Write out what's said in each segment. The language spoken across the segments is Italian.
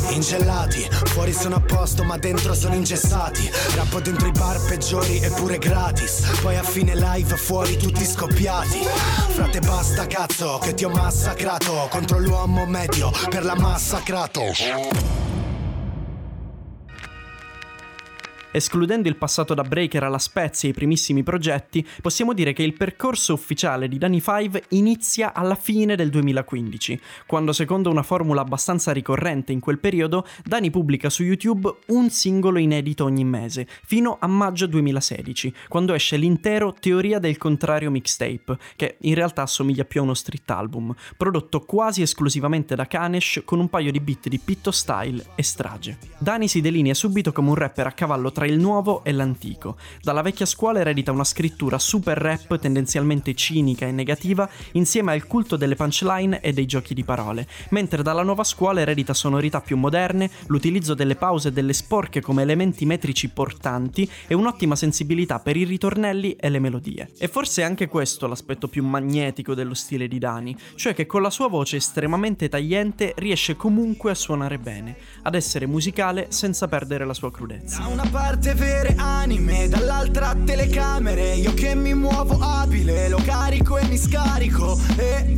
ingellati, fuori sono a posto ma dentro sono ingessati. Rappo dentro i bar peggiori eppure gratis. Poi a fine live fuori tutti scoppiati. Frate basta cazzo che ti ho massacrato. Contro l'uomo medio per la massacrato. Escludendo il passato da breaker alla Spezia e i primissimi progetti, possiamo dire che il percorso ufficiale di Dani 5 inizia alla fine del 2015, quando secondo una formula abbastanza ricorrente in quel periodo, Dani pubblica su YouTube un singolo inedito ogni mese, fino a maggio 2016, quando esce l'intero Teoria del Contrario mixtape, che in realtà assomiglia più a uno street album, prodotto quasi esclusivamente da Kanesh con un paio di beat di Pitto Style e Strage. Dani si delinea subito come un rapper a cavallo tra il nuovo e l'antico. Dalla vecchia scuola eredita una scrittura super rap tendenzialmente cinica e negativa insieme al culto delle punchline e dei giochi di parole, mentre dalla nuova scuola eredita sonorità più moderne, l'utilizzo delle pause e delle sporche come elementi metrici portanti e un'ottima sensibilità per i ritornelli e le melodie. E forse è anche questo l'aspetto più magnetico dello stile di Dani, cioè che con la sua voce estremamente tagliente riesce comunque a suonare bene, ad essere musicale senza perdere la sua crudezza. Da una parte vere anime, dall'altra telecamere. Io che mi muovo abile, lo carico e mi scarico e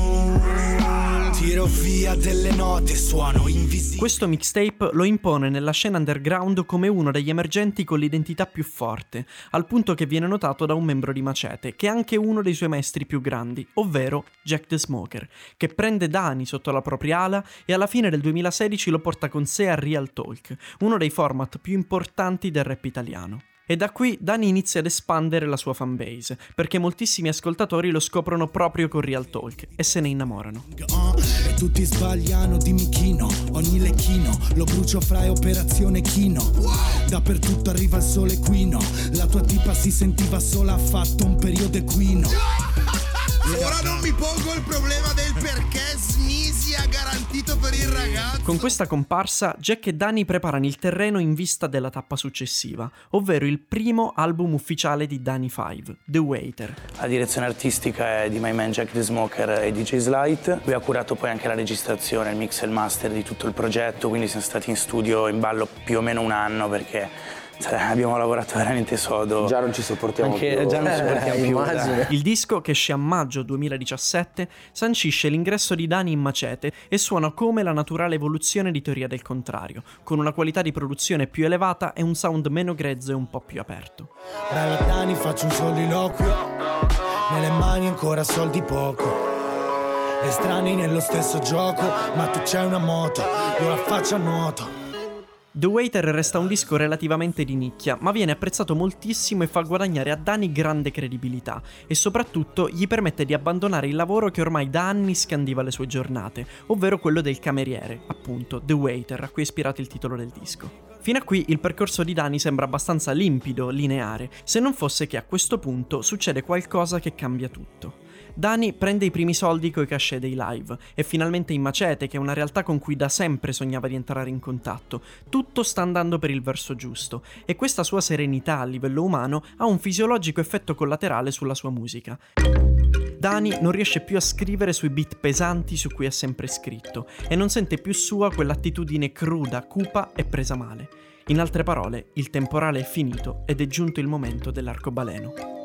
tiro via delle note, suono invisibile. Questo mixtape lo impone nella scena underground come uno degli emergenti con l'identità più forte, al punto che viene notato da un membro di Macete, che è anche uno dei suoi maestri più grandi, ovvero Jack the Smoker, che prende Dani sotto la propria ala e alla fine del 2016 lo porta con sé a Real Talk, uno dei format più importanti del rap italiano. E da qui Dani inizia ad espandere la sua fanbase, perché moltissimi ascoltatori lo scoprono proprio con Real Talk e se ne innamorano. E tutti sbagliano, dimmi Chino, ogni lecchino lo brucio fra operazione Chino. Dappertutto arriva il sole equino, la tua tipa si sentiva sola, ha fatto un periodo equino. Ora non mi pongo il problema del perché Smisi ha garantito per il ragazzo. Con questa comparsa, Jack e Dani preparano il terreno in vista della tappa successiva, ovvero il primo album ufficiale di Dani 5, The Waiter. La direzione artistica è di my man Jack the Smoker e DJ Slight. Lui ha curato poi anche la registrazione, il mix e il master di tutto il progetto, quindi siamo stati in studio in ballo più o meno un anno perché abbiamo lavorato veramente sodo. Già non ci sopportiamo più. Già non ci sopportiamo più. Il disco, che esce a maggio 2017, sancisce l'ingresso di Dani in Macete e suona come la naturale evoluzione di Teoria del Contrario, con una qualità di produzione più elevata e un sound meno grezzo e un po' più aperto. Bella Dani, faccio un soliloquio, nelle mani ancora soldi poco. Estranei nello stesso gioco, ma tu c'hai una moto, io la faccio a nuoto. The Waiter resta un disco relativamente di nicchia, ma viene apprezzato moltissimo e fa guadagnare a Dani grande credibilità e soprattutto gli permette di abbandonare il lavoro che ormai da anni scandiva le sue giornate, ovvero quello del cameriere, appunto, The Waiter, a cui è ispirato il titolo del disco. Fino a qui il percorso di Dani sembra abbastanza limpido, lineare, se non fosse che a questo punto succede qualcosa che cambia tutto. Dani prende i primi soldi coi cachet dei live e finalmente in Macete, che è una realtà con cui da sempre sognava di entrare in contatto. Tutto sta andando per il verso giusto e questa sua serenità a livello umano ha un fisiologico effetto collaterale sulla sua musica. Dani non riesce più a scrivere sui beat pesanti su cui ha sempre scritto e non sente più sua quell'attitudine cruda, cupa e presa male. In altre parole, il temporale è finito ed è giunto il momento dell'arcobaleno.